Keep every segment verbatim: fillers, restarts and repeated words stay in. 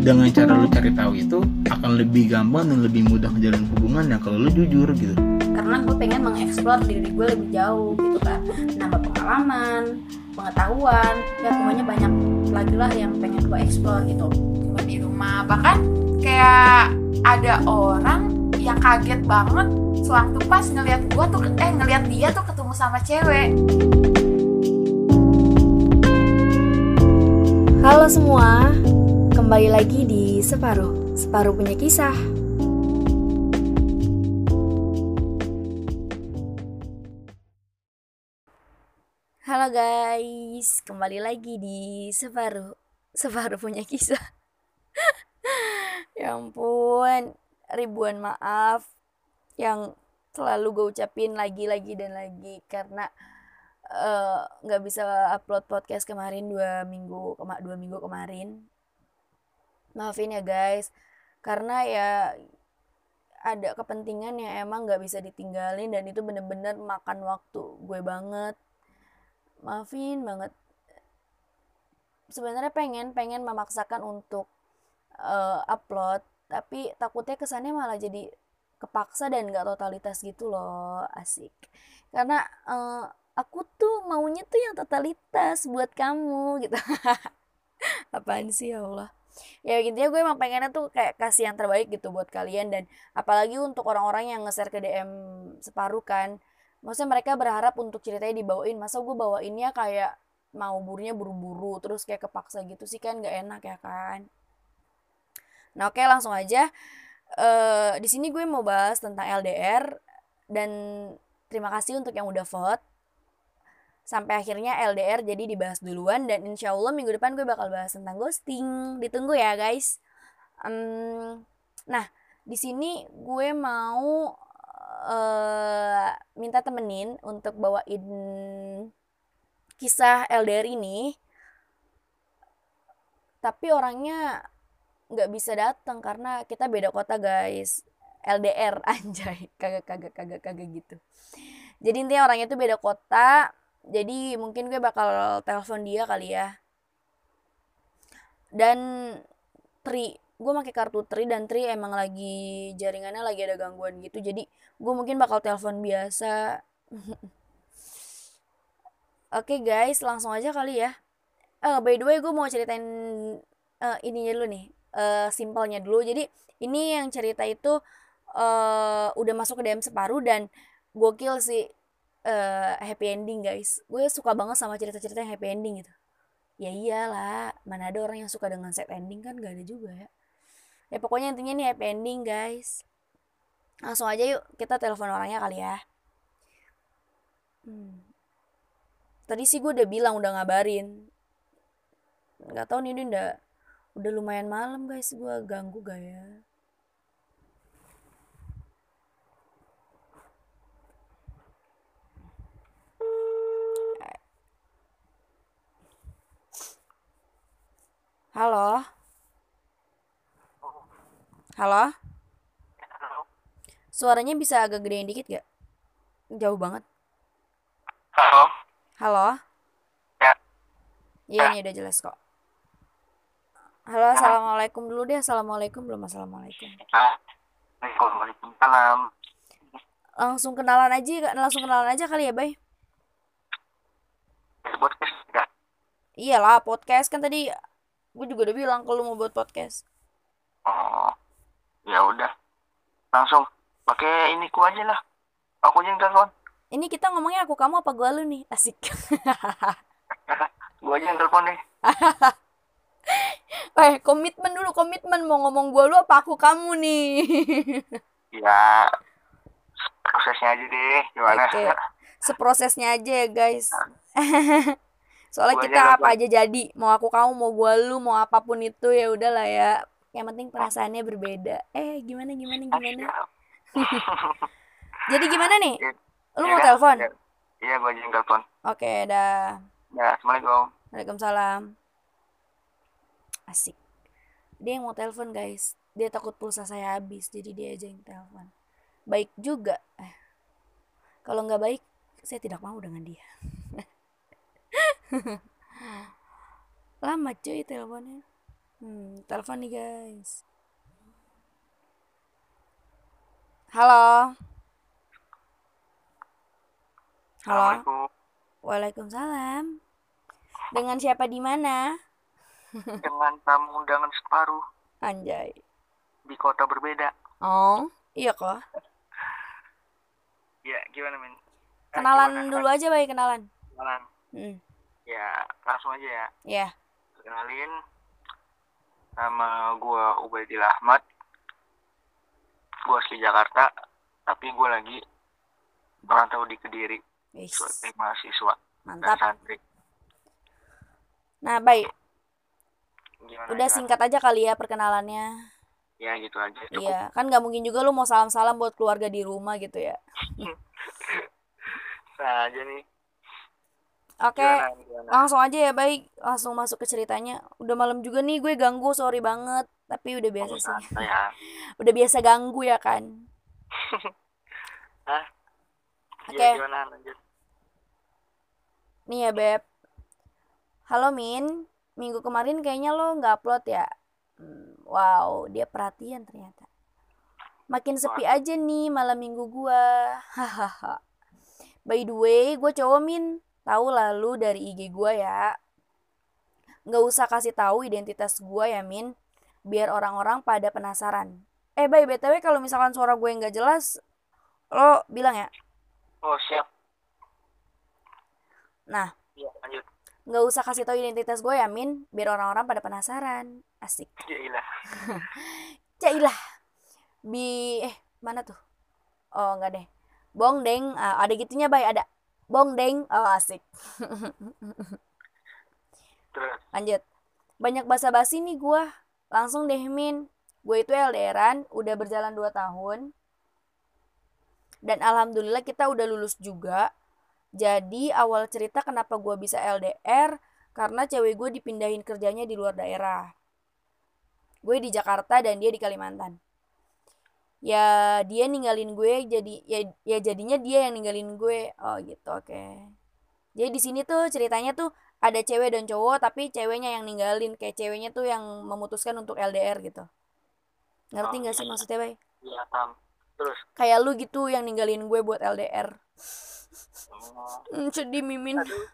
dengan cara lu cari tahu itu akan lebih gampang dan lebih mudah menjalin hubungan ya kalau lu jujur gitu. Karena gue pengen mengeksplor diri gue lebih jauh gitu kan, nambah pengalaman, pengetahuan, ya pokoknya banyak lagi lah yang pengen gue eksplor gitu. Cuma di rumah, bahkan kayak ada orang yang kaget banget sewaktu pas ngelihat gue tuh eh ngelihat dia tuh ketemu sama cewek. Halo semua, kembali lagi di Separuh, Separuh punya kisah. Halo guys, kembali lagi di Separuh, Separuh punya kisah. Ya ampun, ribuan maaf yang selalu gue ucapin lagi-lagi dan lagi karena nggak uh, bisa upload podcast kemarin dua minggu kema- dua minggu kemarin. Maafin ya guys, karena ya ada kepentingan yang emang nggak bisa ditinggalin dan itu bener-bener makan waktu gue banget. Maafin banget. Sebenarnya pengen pengen memaksakan untuk uh, upload, tapi takutnya kesannya malah jadi kepaksa dan nggak totalitas gitu loh, asik. Karena uh, aku tuh maunya tuh yang totalitas buat kamu gitu. Apaan sih ya Allah. Ya intinya gue emang pengennya tuh kayak kasih yang terbaik gitu buat kalian. Dan apalagi untuk orang-orang yang nge-share ke D M Separuh kan, maksudnya mereka berharap untuk ceritanya dibawain. Masa gue bawainnya kayak mau burunya buru-buru terus kayak kepaksa gitu sih, kan gak enak ya kan. Nah oke, langsung aja. Uh, di sini gue mau bahas tentang L D R. Dan terima kasih untuk yang udah vote. Sampai akhirnya L D R jadi dibahas duluan. Dan insya Allah minggu depan gue bakal bahas tentang ghosting. Ditunggu ya guys. um, Nah di sini gue mau uh, minta temenin untuk bawain kisah L D R ini. Tapi orangnya gak bisa datang karena kita beda kota guys. L D R anjay. Kagak kagak kagak kagak gitu. Jadi intinya orangnya tuh beda kota. Jadi mungkin gue bakal telepon dia kali ya. Dan Tri, gue pakai kartu Tri dan Tri emang lagi jaringannya lagi ada gangguan gitu. Jadi gue mungkin bakal telepon biasa. Oke guys, langsung aja kali ya. Uh, by the way gue mau ceritain uh, ininya dulu nih. Uh, simpelnya dulu. Jadi ini yang cerita itu uh, udah masuk ke D M Separuh dan gokil sih. Uh, happy ending guys. Gue suka banget sama cerita-cerita yang happy ending gitu. Ya iyalah, mana ada orang yang suka dengan sad ending kan, gak ada juga ya. Ya pokoknya intinya nih happy ending guys. Langsung aja yuk kita telepon orangnya kali ya. Hmm. Tadi sih gue udah bilang, udah ngabarin. Gak tau nih, ini udah udah lumayan malam guys. Gue ganggu gak ya? Halo? Halo? Suaranya bisa agak gedein dikit gak? Jauh banget. Halo? Halo? Ya. Iya, ini udah jelas kok. Halo, ya. Assalamualaikum dulu deh. Assalamualaikum belum? Assalamualaikum. Waalaikumsalam. Langsung kenalan aja, langsung kenalan aja kali ya, Bay? Podcast ya? Iyalah, podcast kan tadi gue juga udah bilang kalau mau buat podcast. Oh, ya udah. Langsung pakai ini ku aja lah. Aku aja yang telepon. Ini kita ngomongnya aku kamu apa gue lu nih? Asik. Gue aja yang telepon deh. Eh, komitmen dulu, komitmen mau ngomong gue lu apa aku kamu nih? Ya, prosesnya aja deh. Gimana? Oke. Seprosesnya aja ya guys. Soalnya Gua kita aja apa aja jadi, mau aku kamu, mau gua lu, mau apapun itu ya udahlah ya. Yang penting perasaannya berbeda. Eh, gimana gimana gimana? Jadi gimana nih? Lu ya, mau telepon? Iya, gua aja yang telepon. Oke, dah. Ya, assalamualaikum. Waalaikumsalam. Asik. Dia yang mau telepon guys. Dia takut pulsa saya habis, jadi dia aja yang telepon. Baik juga. Eh. Kalau nggak baik, saya tidak mau dengan dia. Lama cuy teleponnya. Hmm, telepon nih guys. Halo. Halo. Assalamualaikum. Waalaikumsalam. Dengan siapa di mana? Dengan tamu undangan separuh Anjay. di kota berbeda. Oh, iya kok. Ya, gimana men? Ah, Kenalan gimana? dulu aja, baik kenalan. Kenalan. Hmm, Ya, langsung aja ya. ya. Kenalin, nama gua Ubaidillah Ahmad. Gua asli Jakarta, tapi gua lagi merantau di Kediri Wis, sebagai mahasiswa dan mantap. santri. Nah, baik. Gimana? Udah gimana? singkat aja kali ya perkenalannya. Ya gitu aja. Cukup. Iya, kan nggak mungkin juga lu mau salam-salam buat keluarga di rumah gitu ya. Nah aja nih. Oke, Gimana? Gimana? langsung aja ya, baik. Langsung masuk ke ceritanya. Udah malam juga nih, gue ganggu, sorry banget. Tapi udah biasa Ngomong sih. santai ya. Udah biasa ganggu ya kan. Hah? Oke. Ya, gimana? Lanjut. Nih ya, Beb. Halo, Min. Minggu kemarin kayaknya lo nggak upload ya? Hmm, wow, dia perhatian ternyata. Makin sepi aja nih malam minggu gua. Hahaha. By the way, gue cowok, Min. Tahu lalu dari I G gua ya. Nggak usah kasih tahu identitas gua ya, Min. Biar orang-orang pada penasaran. Eh, by B T W kalau misalkan suara gue nggak jelas, lo bilang ya. Oh siap. Nah, Ya lanjut. nggak usah kasih tahu identitas gue ya, Min. Biar orang-orang pada penasaran. Asik. Ya ilah. Cailah. Bi eh mana tuh? Oh, enggak deh. Bong deng, ah, ada gitunya, bay, ada. Bong deng. Oh, asik. Terus. Lanjut. Banyak basa-basi nih gua. Langsung deh, Min. Gue itu L D R-an udah berjalan dua tahun. Dan alhamdulillah kita udah lulus juga. Jadi awal cerita kenapa gue bisa L D R karena cewek gue dipindahin kerjanya di luar daerah. Gue di Jakarta dan dia di Kalimantan. Ya dia ninggalin gue jadi ya, ya jadinya dia yang ninggalin gue. Oh gitu, oke. Okay. Jadi di sini tuh ceritanya tuh ada cewek dan cowok tapi ceweknya yang ninggalin, kayak ceweknya tuh yang memutuskan untuk L D R gitu. Ngerti nggak Oh, sih iya. maksudnya, Bay? Iya paham. Terus. Kayak lu gitu yang ninggalin gue buat L D R. Oh, Hmm, sedih, Mimin. aduh.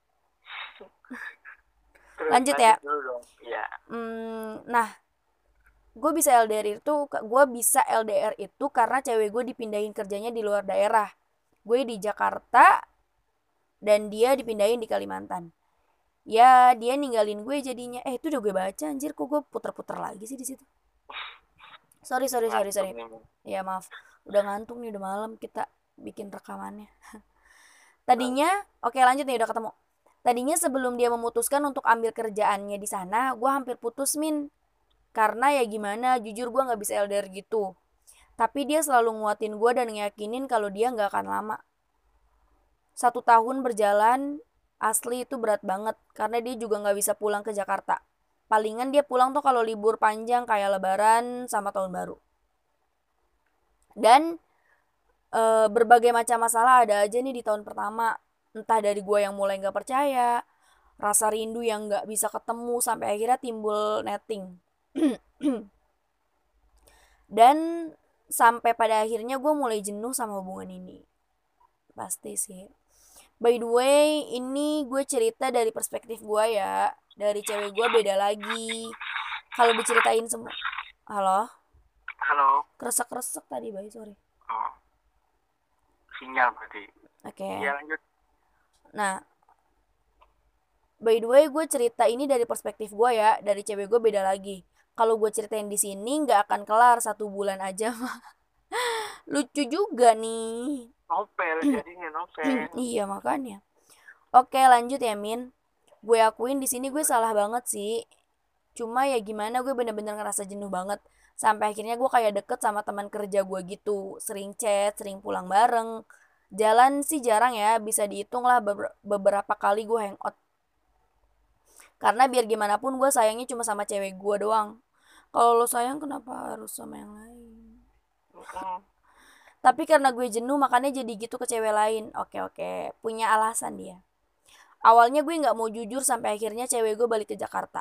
Terus, Lanjut ya. dulu dong. Iya. Hmm, nah, gue bisa L D R itu, gue bisa L D R itu karena cewek gue dipindahin kerjanya di luar daerah. Gue di Jakarta dan dia dipindahin di Kalimantan. Ya dia ninggalin gue jadinya. Eh itu udah gue baca, anjir, kok gue puter-puter lagi sih di situ. Sorry sorry sorry sorry. Ya maaf, udah ngantuk nih, udah malam kita bikin rekamannya. Tadinya, oke lanjut nih, udah ketemu. Tadinya sebelum dia memutuskan untuk ambil kerjaannya di sana, gue hampir putus, Min. Karena ya gimana, jujur gue nggak bisa L D R gitu. Tapi dia selalu nguatin gue dan ngeyakinin kalau dia nggak akan lama. Satu tahun berjalan, asli itu berat banget karena dia juga nggak bisa pulang ke Jakarta. Palingan dia pulang tuh kalau libur panjang kayak Lebaran sama Tahun Baru. Dan e, berbagai macam masalah ada aja nih di tahun pertama. Entah dari gue yang mulai nggak percaya, rasa rindu yang nggak bisa ketemu sampai akhirnya timbul netting. Dan sampai pada akhirnya gue mulai jenuh sama hubungan ini. Pasti sih. By the way, ini gue cerita dari perspektif gue ya. Dari cewek gue beda lagi. Kalau diceritain semua. Halo? Halo. Kresek-kresek tadi, Bay, sorry. Oh. Sinyal berarti. Oke. Okay. Iya lanjut. Nah, by the way, gue cerita ini dari perspektif gue ya. Dari cewek gue beda lagi. Kalau gue ceritain di sini nggak akan kelar satu bulan aja mah. Lucu juga nih. Novel jadinya novel. Iya makanya. Oke lanjut ya, Min. Gue akuin di sini gue salah banget sih. Cuma ya gimana, gue bener-bener ngerasa jenuh banget. Sampai akhirnya gue kayak deket sama teman kerja gue gitu. Sering chat, sering pulang bareng. Jalan sih jarang ya, bisa dihitung lah beberapa kali gue hangout. Karena biar gimana pun gue sayangnya cuma sama cewek gue doang. Kalau lo sayang kenapa harus sama yang lain? Hmm. Tapi karena gue jenuh makanya jadi gitu ke cewek lain. Oke oke, punya alasan dia. Awalnya gue gak mau jujur sampai akhirnya cewek gue balik ke Jakarta.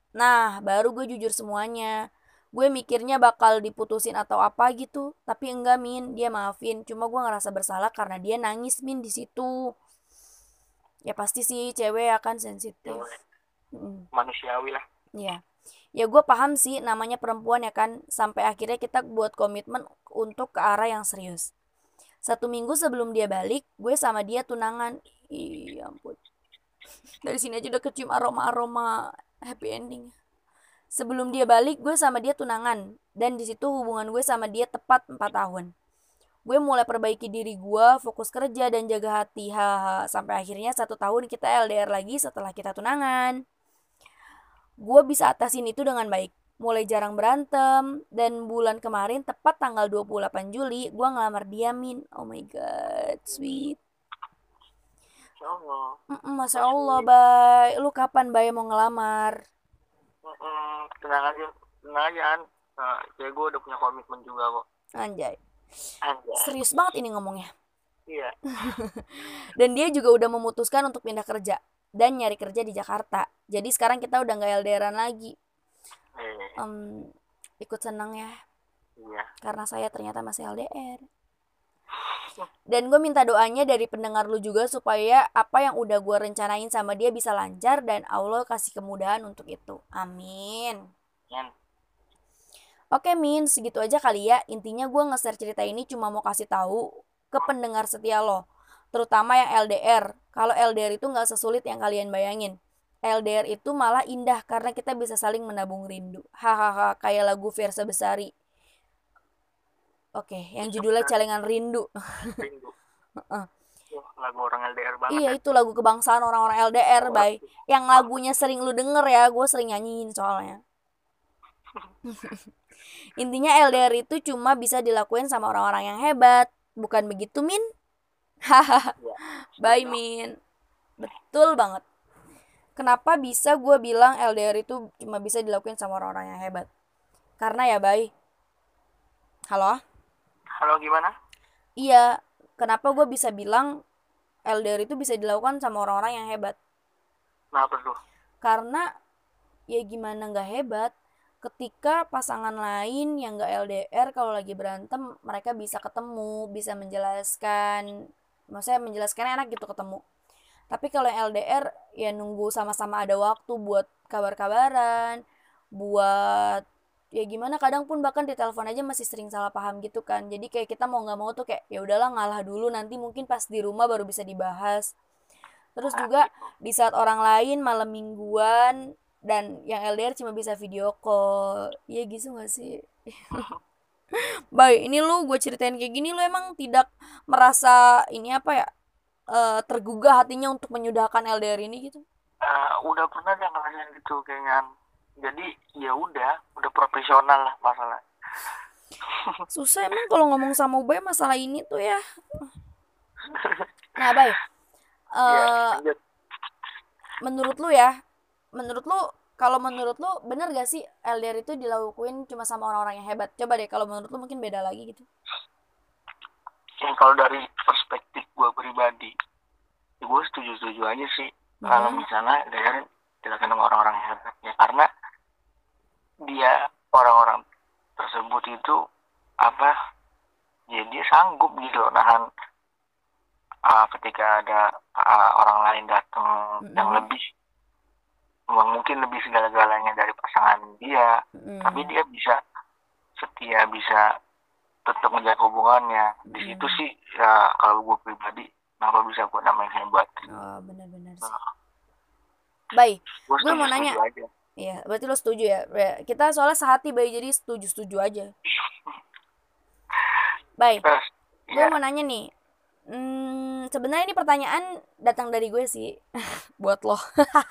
Nah, baru gue jujur semuanya. Gue mikirnya bakal diputusin atau apa gitu, tapi enggak Min, dia maafin. Cuma gue ngerasa bersalah karena dia nangis Min di situ. Ya pasti sih cewek akan sensitif. Cewek Mm, manusiawi lah. ya, ya gue paham sih namanya perempuan ya kan. Sampai akhirnya kita buat komitmen untuk ke arah yang serius. Satu minggu sebelum dia balik, gue sama dia tunangan. Ih, ampun. Dari sini aja udah kecium aroma-aroma happy ending. Sebelum dia balik, gue sama dia tunangan. Dan di situ hubungan gue sama dia tepat empat tahun. Gue mulai perbaiki diri gue, fokus kerja dan jaga hati. Haha. Sampai akhirnya satu tahun kita L D R lagi setelah kita tunangan. Gue bisa atasin itu dengan baik. Mulai jarang berantem. Dan bulan kemarin tepat tanggal dua puluh delapan Juli, gue ngelamar dia Min. Oh my god, sweet. Insya Allah. Mm-mm, Masya Allah, Bay. Lu kapan Bay mau ngelamar? Mm-mm, tenang aja, tenang aja An. Nah, ya gue udah punya komitmen juga kok. Anjay. Anjay. Serius banget ini ngomongnya. Iya. Dan dia juga udah memutuskan untuk pindah kerja dan nyari kerja di Jakarta. Jadi sekarang kita udah gak L D R-an lagi. Eh, um, Ikut senang ya, iya. karena saya ternyata masih L D R. Dan gue minta doanya dari pendengar lu juga supaya apa yang udah gue rencanain sama dia bisa lancar dan Allah kasih kemudahan untuk itu. Amin. Yan. Oke Min, segitu aja kali ya. Intinya gue nge-share cerita ini cuma mau kasih tahu ke pendengar setia lo, terutama yang L D R. Kalau L D R itu gak sesulit yang kalian bayangin. L D R itu malah indah karena kita bisa saling menabung rindu. Hahaha, kayak lagu Fiersa Besari. Oke, yang judulnya Celengan Rindu. Rindu. Heeh. Wah, lagu orang L D R banget. Iya, ya. itu lagu kebangsaan orang-orang L D R, Bay. Yang lagunya sering lu denger ya, gue sering nyanyiin soalnya. Intinya L D R itu cuma bisa dilakuin sama orang-orang yang hebat. Bukan begitu, Min? Hahaha. Iya. Bye, Min. Betul banget. Kenapa bisa gue bilang L D R itu cuma bisa dilakuin sama orang-orang yang hebat? Karena ya, Bay. Halo? Halo, gimana? Iya, kenapa gue bisa bilang L D R itu bisa dilakukan sama orang-orang yang hebat? Kenapa tuh? Karena ya gimana gak hebat, ketika pasangan lain yang gak L D R kalau lagi berantem mereka bisa ketemu, bisa menjelaskan, maksudnya menjelaskannya enak gitu ketemu. Tapi kalau yang L D R ya nunggu sama-sama ada waktu buat kabar-kabaran, buat ya gimana, kadang pun bahkan di telepon aja masih sering salah paham gitu kan. Jadi kayak kita mau nggak mau tuh kayak ya udahlah ngalah dulu, nanti mungkin pas di rumah baru bisa dibahas. Terus juga di saat orang lain malam mingguan dan yang L D R cuma bisa video call, ya gitu nggak sih? Baik, ini lu gue ceritain kayak gini, lu emang tidak merasa ini apa ya, eh, tergugah hatinya untuk menyudahkan L D R ini gitu? Eh, udah pernah deh ngerasain gitu kayaknya. Jadi ya udah, udah profesional lah masalah. Susah emang kalau ngomong sama Ubay masalah ini tuh ya. Nah, Bay, Iya, eh lanjut. menurut lu ya, menurut lu, kalau menurut lu bener gak sih L D R itu dilakuin cuma sama orang-orang yang hebat? Coba deh, kalau menurut lu mungkin beda lagi gitu. Ya, kalau dari perspektif gue pribadi, ya gue setuju-setuju aja sih. Kalau Hmm. misalnya L D R dilakukan sama orang-orang yang hebat, ya karena dia orang-orang tersebut itu apa? Ya dia sanggup gitu nahan uh, ketika ada uh, orang lain datang yang Mm-mm. lebih yang mungkin lebih segala-galanya dari pasangan dia, Mm-mm. tapi dia bisa setia, bisa tetap menjaga hubungannya. Di situ Mm. sih ya kalau gue pribadi kenapa bisa gue namain hebat. Oh, benar-benar sih. Nah, Bay, gue gue mau nanya. setuju-setuju aja. Iya, berarti lo setuju ya? Ya, kita soalnya sehati, Bay, jadi setuju-setuju aja. Bay, Terus gue ya mau nanya nih. Hmm, sebenarnya ini pertanyaan datang dari gue sih, buat lo.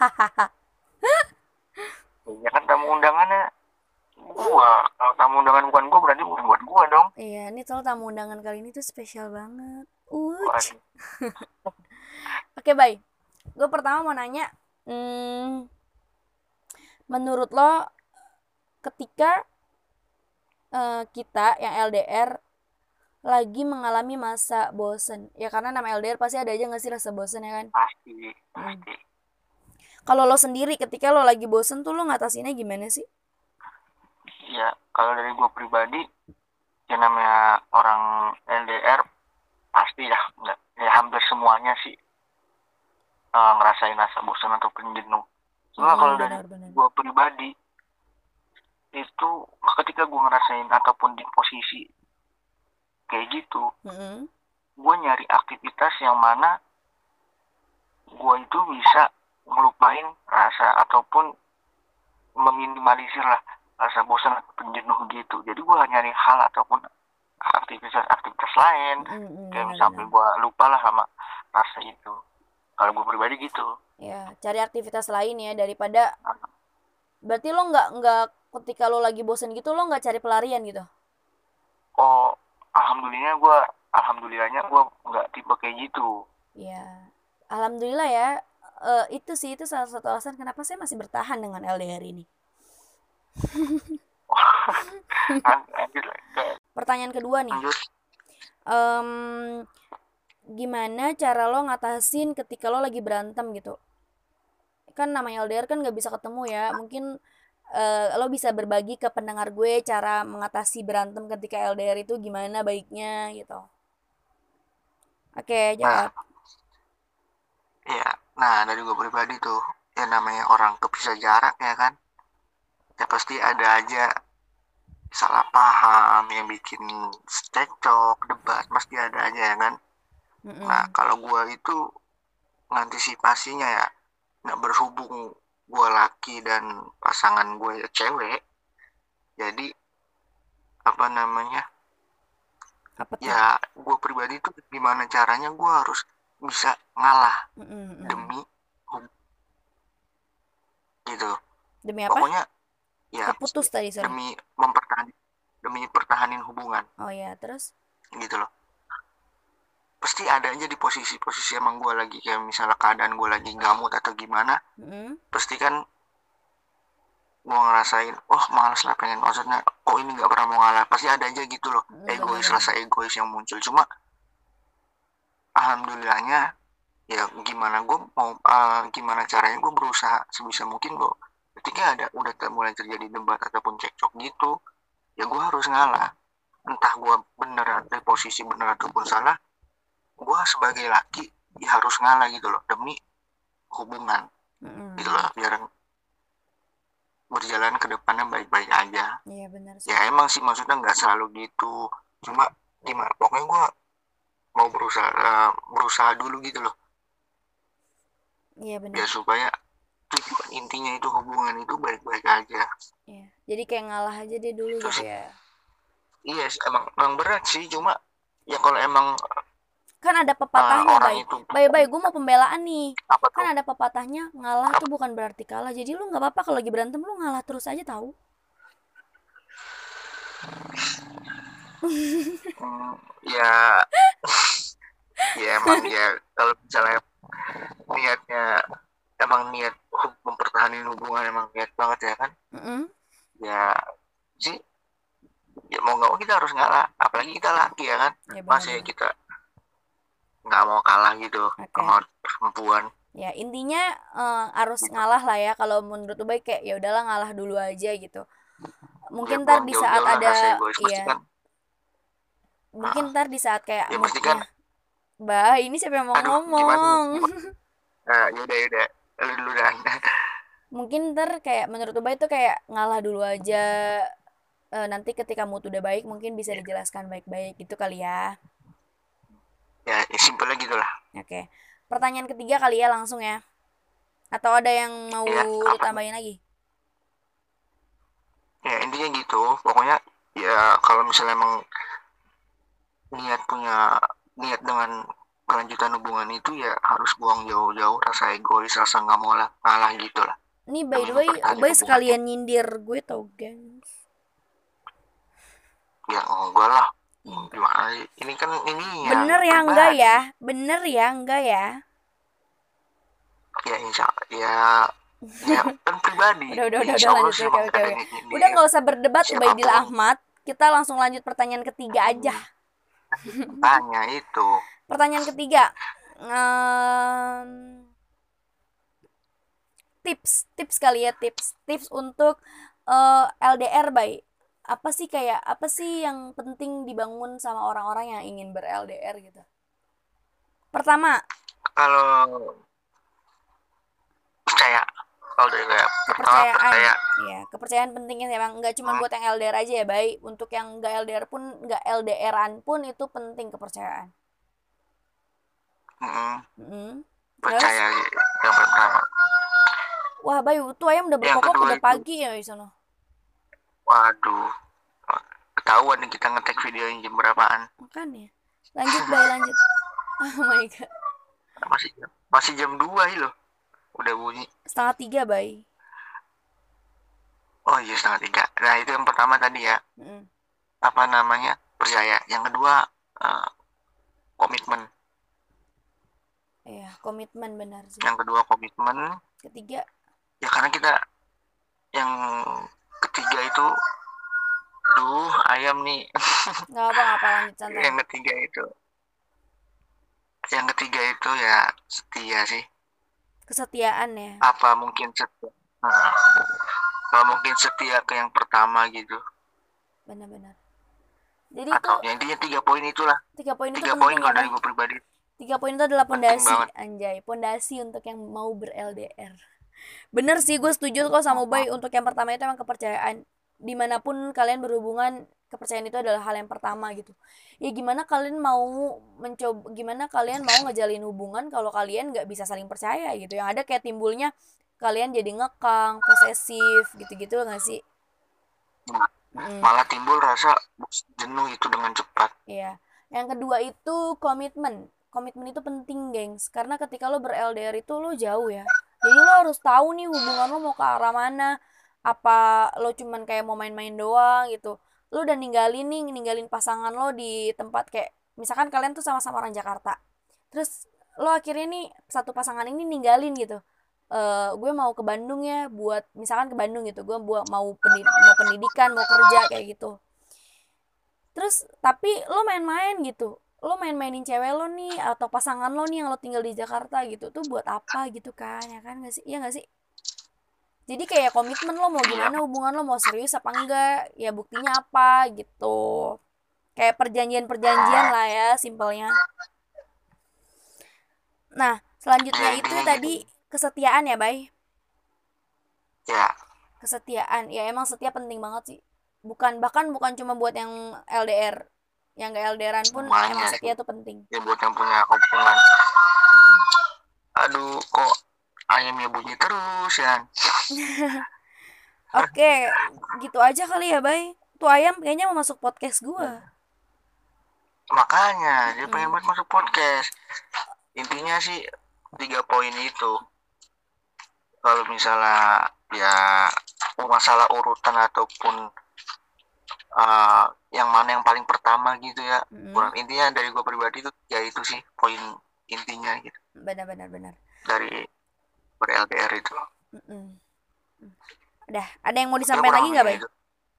ya kan tamu undangannya gua. Kalau tamu undangan bukan gua berarti bukan buat gua dong. Iya, ini soal tamu undangan kali ini tuh spesial banget. Uch. Waduh. Oke, Bay. Gue pertama mau nanya, hmm, menurut lo ketika eh, kita yang L D R lagi mengalami masa bosen, ya karena nama L D R pasti ada aja nggak sih rasa bosen ya kan? Pasti, pasti. Kalau lo sendiri ketika lo lagi bosen tuh lo ngatasinnya gimana sih? Ya kalau dari gue pribadi, ya namanya orang L D R pasti ya, nggak ya hampir semuanya sih eh, ngerasain rasa bosan ataupun jenuh. Cuma Mm-mm, kalau dari benar-benar. gue pribadi itu ketika gue ngerasain ataupun di posisi kayak gitu, Mm-mm. gue nyari aktivitas yang mana gue itu bisa ngelupain rasa ataupun meminimalisir lah rasa bosan ataupun jenuh gitu. Jadi gue nyari hal ataupun aktivitas-aktivitas lain Mm-mm, kayak benar-benar. sampai gue lupa lah sama rasa itu. Kalau gue pribadi gitu. Ya, cari aktivitas lain ya daripada berarti lo nggak nggak ketika lo lagi bosen gitu lo nggak cari pelarian gitu. Oh, alhamdulillahnya gue alhamdulillahnya gue nggak tipe kayak gitu. Ya, alhamdulillah ya. Eh, itu sih itu salah satu alasan kenapa saya masih bertahan dengan L D R ini. Lanjut lah. Kayak- Pertanyaan kedua nih. lanjut. Em, gimana cara lo ngatasin ketika lo lagi berantem gitu? Kan namanya L D R kan nggak bisa ketemu ya. Mungkin eh, lo bisa berbagi ke pendengar gue cara mengatasi berantem ketika L D R itu gimana baiknya gitu. Oke, Nah, jawab. iya. Nah, dari gue pribadi tuh, ya namanya orang kepisah jarak ya kan. Ya pasti ada aja salah paham yang bikin cekcok, debat, pasti ada aja ya kan. Mm-mm. Nah, kalau gue itu ngantisipasinya ya, nggak berhubung gue laki dan pasangan gue cewek, jadi apa namanya, Apa tuh? ya gue pribadi tuh gimana caranya gue harus bisa ngalah Mm-mm, mm. demi hub- gitu. Demi apa? Pokoknya ya Keputus tadi, sorry. demi mempertahankan demi pertahanin hubungan Oh ya, terus? gitu loh. Pasti ada aja di posisi-posisi emang gue lagi kayak misalnya keadaan gue lagi gamut atau gimana, Mm-mm. pasti kan gue ngerasain oh males lah pengen, maksudnya kok ini nggak pernah mau ngalah, pasti ada aja gitu loh, Mm, egois benar-benar. rasa egois yang muncul. Cuma alhamdulillahnya ya gimana gue mau eh, gimana caranya gue berusaha sebisa mungkin gue ketika ada udah ter- mulai terjadi debat ataupun cekcok gitu, ya gue harus ngalah, entah gue bener atau posisi bener ataupun salah, gue sebagai laki ya harus ngalah gitu loh demi hubungan Mm-mm. gitu loh, biar berjalan ke depannya baik-baik aja. Iya benar sih. Ya emang sih maksudnya nggak selalu gitu, cuma gimana pokoknya gue mau berusaha eh, berusaha dulu gitu loh, Iya benar. biar supaya tujuan intinya itu hubungan itu baik-baik aja. Iya. Jadi kayak ngalah aja deh dulu Itu gitu sih. ya. Iya sih, emang emang berat sih, cuma ya kalau emang Kan ada eh, pepatahnya, orang Bay. itu Bay, Bay, gue mau pembelaan nih. apa Kan tuh ada pepatahnya, ngalah tuh bukan berarti kalah. Jadi lu nggak apa-apa kalau lagi berantem lu ngalah terus aja tahu. hmm, ya ya emang ya kalau misalnya niatnya emang niat hub- mempertahankan hubungan emang niat banget ya kan, Mm-mm. ya sih ya mau nggak mau kita harus ngalah, apalagi kita laki ya kan, Ya masa ya benar-benar. kita nggak mau kalah gitu Oke. sama perempuan. Ya intinya eh, harus ngalah lah ya. Kalau menurut Bay kayak ya udahlah ngalah dulu aja gitu. Ya Mungkin ntar buang di saat jauh-jauh lah ada, rasa egois, pasti iya, kan mungkin ntar di saat kayak ya pasti kan. moodnya. Bah, ini siapa yang mau Aduh, gimana ngomong? Nah, yaudah yaudah lu dulu dan Mungkin ntar kayak menurut Bay itu kayak ngalah dulu aja. Eh, nanti ketika mood udah baik mungkin bisa dijelaskan baik-baik gitu kali ya. ya, ya simpelnya gitu lah. Oke. Pertanyaan ketiga kali ya langsung ya. Atau ada yang mau Ya, lu apa? tambahin lagi? Ya intinya gitu, pokoknya ya kalau misalnya emang niat punya niat dengan kelanjutan hubungan itu ya harus buang jauh-jauh rasa egois, rasa nggak mau lah ngalah gitu lah. Nih by the Demi way, mempertahankan Bay hubungan. sekalian nyindir gue tau gengs. Ya enggak lah, gimana sih? Ini kan ini ya Bener ya enggak ya? Bener ya enggak ya? ya insya ya ya kan pribadi. Udah udah udah Insya udah Allah lanjut sih oke emang oke ada oke. yang ini Udah ya. nggak usah berdebat Ubaidillah Siapapun. Ahmad. Kita langsung lanjut pertanyaan ketiga aja. Tanya itu Pertanyaan ketiga. Ehm, tips tips kali ya, tips tips untuk eh, L D R, Bay. Apa sih kayak apa sih yang penting dibangun sama orang-orang yang ingin ber-L D R gitu? Pertama, Kalau percaya, kalau dari kayak pertama kepercayaan. percaya, Iya, kepercayaan pentingnya emang nggak cuma Hmm. buat yang L D R aja ya, Bay. Untuk yang nggak L D R pun, nggak L D R-an pun itu penting kepercayaan. mm, Mm-mm. Terus, percaya sih yang pertama. wah, Bay, tuh ayam udah Yang berkokok kedua udah itu, pagi ya di sono. waduh, ketahuan nih kita ngetek videonya jam berapaan. Makanya. Lanjut, Bay, lanjut. Oh my god. Masih masih jam dua ini loh, udah bunyi. Setengah tiga, Bay. Oh iya setengah tiga. Nah itu yang pertama tadi ya, Mm-mm. apa namanya, percaya. Yang kedua eh, komitmen. Iya, komitmen benar sih. Yang kedua komitmen. Ketiga, Ya karena kita yang ketiga itu, duh ayam nih. nggak apa-apa, lanjut santai. Yang ketiga itu, yang ketiga itu ya setia sih. Kesetiaan ya, Apa mungkin setia? Nah, apa mungkin setia ke yang pertama gitu? benar-benar. Jadi Atau itu ya, intinya tiga poin itulah. tiga poin itu Tiga poin penting ya, kalau dari Bay. gue pribadi. Tiga poin itu adalah Penting pondasi, banget. anjay, pondasi untuk yang mau ber-L D R. Bener sih, gue setuju kok sama Bay. Untuk yang pertama itu emang kepercayaan. Dimanapun kalian berhubungan, kepercayaan itu adalah hal yang pertama gitu. Ya gimana kalian mau mencoba, gimana kalian mau ngejalin hubungan kalau kalian nggak bisa saling percaya gitu. Yang ada kayak timbulnya kalian jadi ngekang, posesif, gitu-gitu nggak sih? Mm-mm. Malah timbul rasa jenuh itu dengan cepat. Iya. Yang kedua itu komitmen. Komitmen itu penting, gengs. Karena ketika lo ber-L D R itu lo jauh ya. Jadi lo harus tahu nih hubungan lo mau ke arah mana. Apa lo cuman kayak mau main-main doang gitu. Lo udah ninggalin nih, ninggalin pasangan lo di tempat kayak, misalkan kalian tuh sama-sama orang Jakarta. Terus lo akhirnya nih satu pasangan ini ninggalin gitu. Eh, gue mau ke Bandung ya, buat misalkan ke Bandung gitu. Gue buat mau pendid- mau pendidikan, mau kerja kayak gitu. Terus tapi lo main-main gitu, lo main-mainin cewek lo nih atau pasangan lo nih yang lo tinggal di Jakarta gitu tuh buat apa gitu kan, ya kan nggak sih, iya nggak sih? Jadi kayak komitmen lo mau gimana, hubungan lo mau serius apa enggak, ya buktinya apa gitu. Kayak perjanjian-perjanjian lah ya simpelnya. Nah selanjutnya Ya itu intinya tadi gitu. kesetiaan ya, Bay. Ya Kesetiaan ya, emang setia penting banget sih. Bukan, bahkan bukan cuma buat yang L D R, yang gak L D R-an pun emang semuanya setia sih. tuh penting. Ya buat yang punya hubungan. Aduh kok ayamnya bunyi terus ya. Oke, gitu aja kali ya, Bay. Tuh ayam kayaknya mau masuk podcast gua. Makanya dia pengen Mm. buat masuk podcast. Intinya sih tiga poin itu. Kalau misalnya ya masalah urutan ataupun uh, yang mana yang paling pertama gitu ya. Mm-mm. Kurang intinya dari gue pribadi itu ya itu sih poin intinya gitu Benar-benar benar. dari ber-L D R itu. Mm-mm. Udah, ada yang mau Ya disampaikan kurang lagi nggak, lebih Bay? gitu.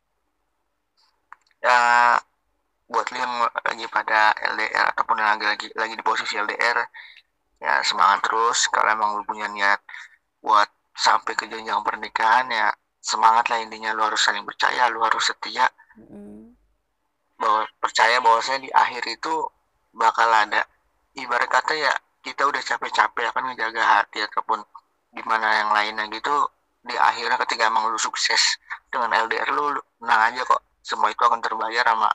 Ya buat lu yang lagi pada L D R ataupun yang lagi lagi lagi di posisi L D R, ya semangat terus. Kalau emang lu punya niat buat sampai ke jenjang pernikahan, ya semangat lah. Intinya lu harus saling percaya, lu harus setia, Mm-mm. bahwa percaya bahwasanya di akhir itu bakal ada, ibarat kata ya kita udah capek-capek akan ngejaga hati ataupun gimana yang lainnya gitu, di akhirnya ketika emang lu sukses dengan L D R lu, lu tenang aja kok, semua itu akan terbayar sama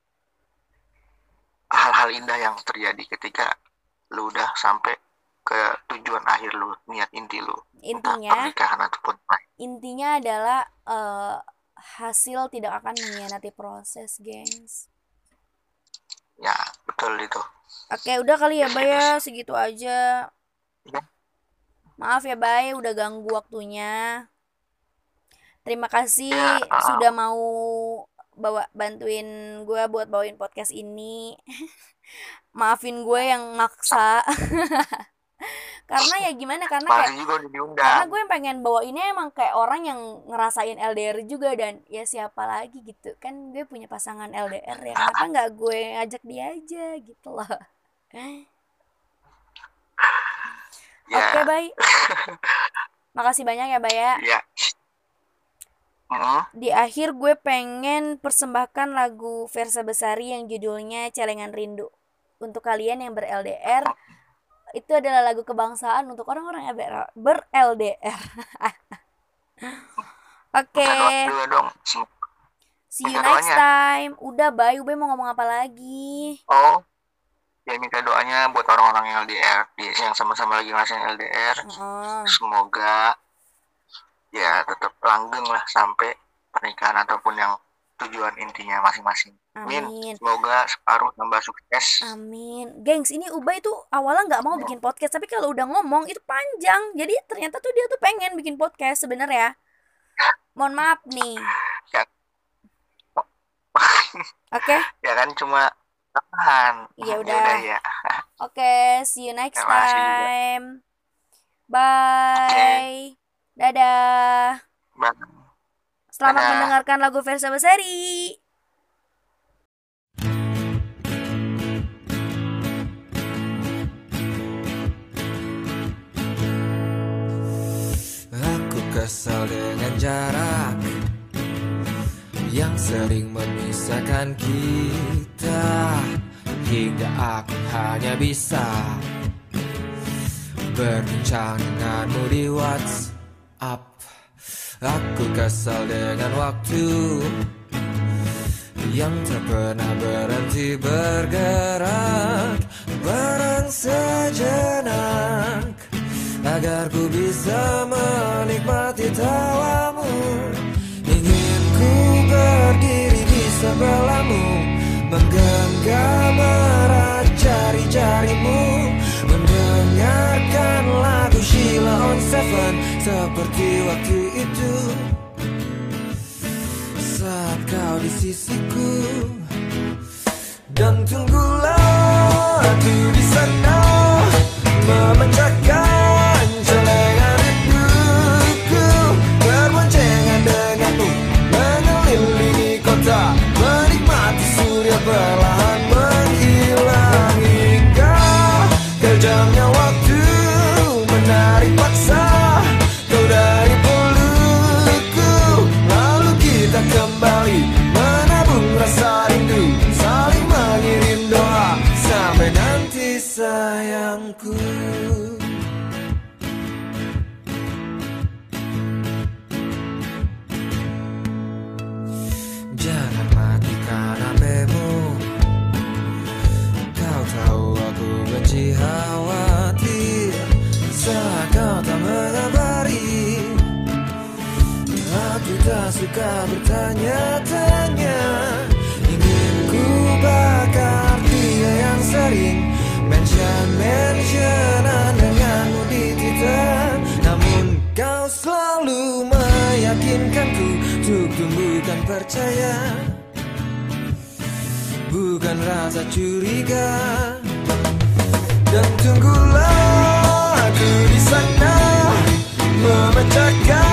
hal-hal indah yang terjadi ketika lu udah sampai ke tujuan akhir lu, niat inti lu, entah Intinya, pernikahan ataupun lain. intinya adalah eh, hasil tidak akan mengkhianati proses, gengs. Ya betul itu. Oke, udah kali ya, Bay ya, segitu aja. Ya. Maaf ya, Bay, udah ganggu waktunya. Terima kasih Ya, uh, sudah mau bawa bantuin gue buat bawain podcast ini. Maafin gue yang maksa. Karena ya gimana, karena kayak makasih juga udah karena diundang. gue yang pengen bawa ini emang kayak orang yang ngerasain L D R juga, dan ya siapa lagi gitu kan, gue punya pasangan L D R ya, kenapa nggak gue ngajak dia aja gitu loh. Ya Oke, Bay. Makasih banyak ya Bay ya. Iya. Mm-mm. Di akhir gue pengen persembahkan lagu Versa Besari yang judulnya Celengan Rindu. Untuk kalian yang ber-L D R, itu adalah lagu kebangsaan untuk orang-orang yang ber-L D R. Oke. Minta doa dong. See you Minta next doanya. time. Udah Bay, Ube mau ngomong apa lagi? Oh, ya minta doanya buat orang-orang yang L D R, yang sama-sama lagi ngerasain L D R. Oh. Semoga ya tetap langgeng lah sampai pernikahan ataupun yang tujuan intinya masing-masing. Amin. Amin. Semoga separuh tambah sukses. Amin. Gengs, ini Ubay tuh awalnya nggak mau bikin podcast, tapi kalau udah ngomong itu panjang. Jadi ternyata tuh dia tuh pengen bikin podcast sebenarnya. Mohon maaf nih. Ya. Oke. Ya kan cuma tahan. Ya udah. ya. Oke, see you next Terima kasih juga. time. Bye. Dadah. Bye. Selamat Dadah. mendengarkan lagu Versa Besari. Aku kesal dengan jarak yang sering memisahkan kita, hingga aku hanya bisa berbincang denganmu di WhatsApp. Aku kesal dengan waktu yang tak pernah berhenti bergerak, barang sejenak agar ku bisa menikmati tawamu. Ingin ku berdiri di sebelahmu, menggenggam erat jari-jarimu, mendengarkan lagu Sheila on Seven seperti waktu itu saat kau di sisiku. Dan tunggulah aku di sana memecahkan celengan rinduku, berboncengan denganmu mengelilingi kota, menikmati surya perlahan menghilang hingga kejamnya waktu menarik paksa kau dari pelukku. Lalu kita kembali menabung rasa rindu, saling mengirim doa sampai nanti sayangku. Jangan matikan H P-mu, kau tahu aku benci khawatir saat kau tak mengabari. Aku tak suka bertanya-tanya, ingin ku bakar dia yang sering mention-mentionan denganmu di Twitter. Namun kau selalu meyakinkanku untuk tumbuhkan percaya, bukan rasa curiga. Dan tunggulah aku di sana memecahkan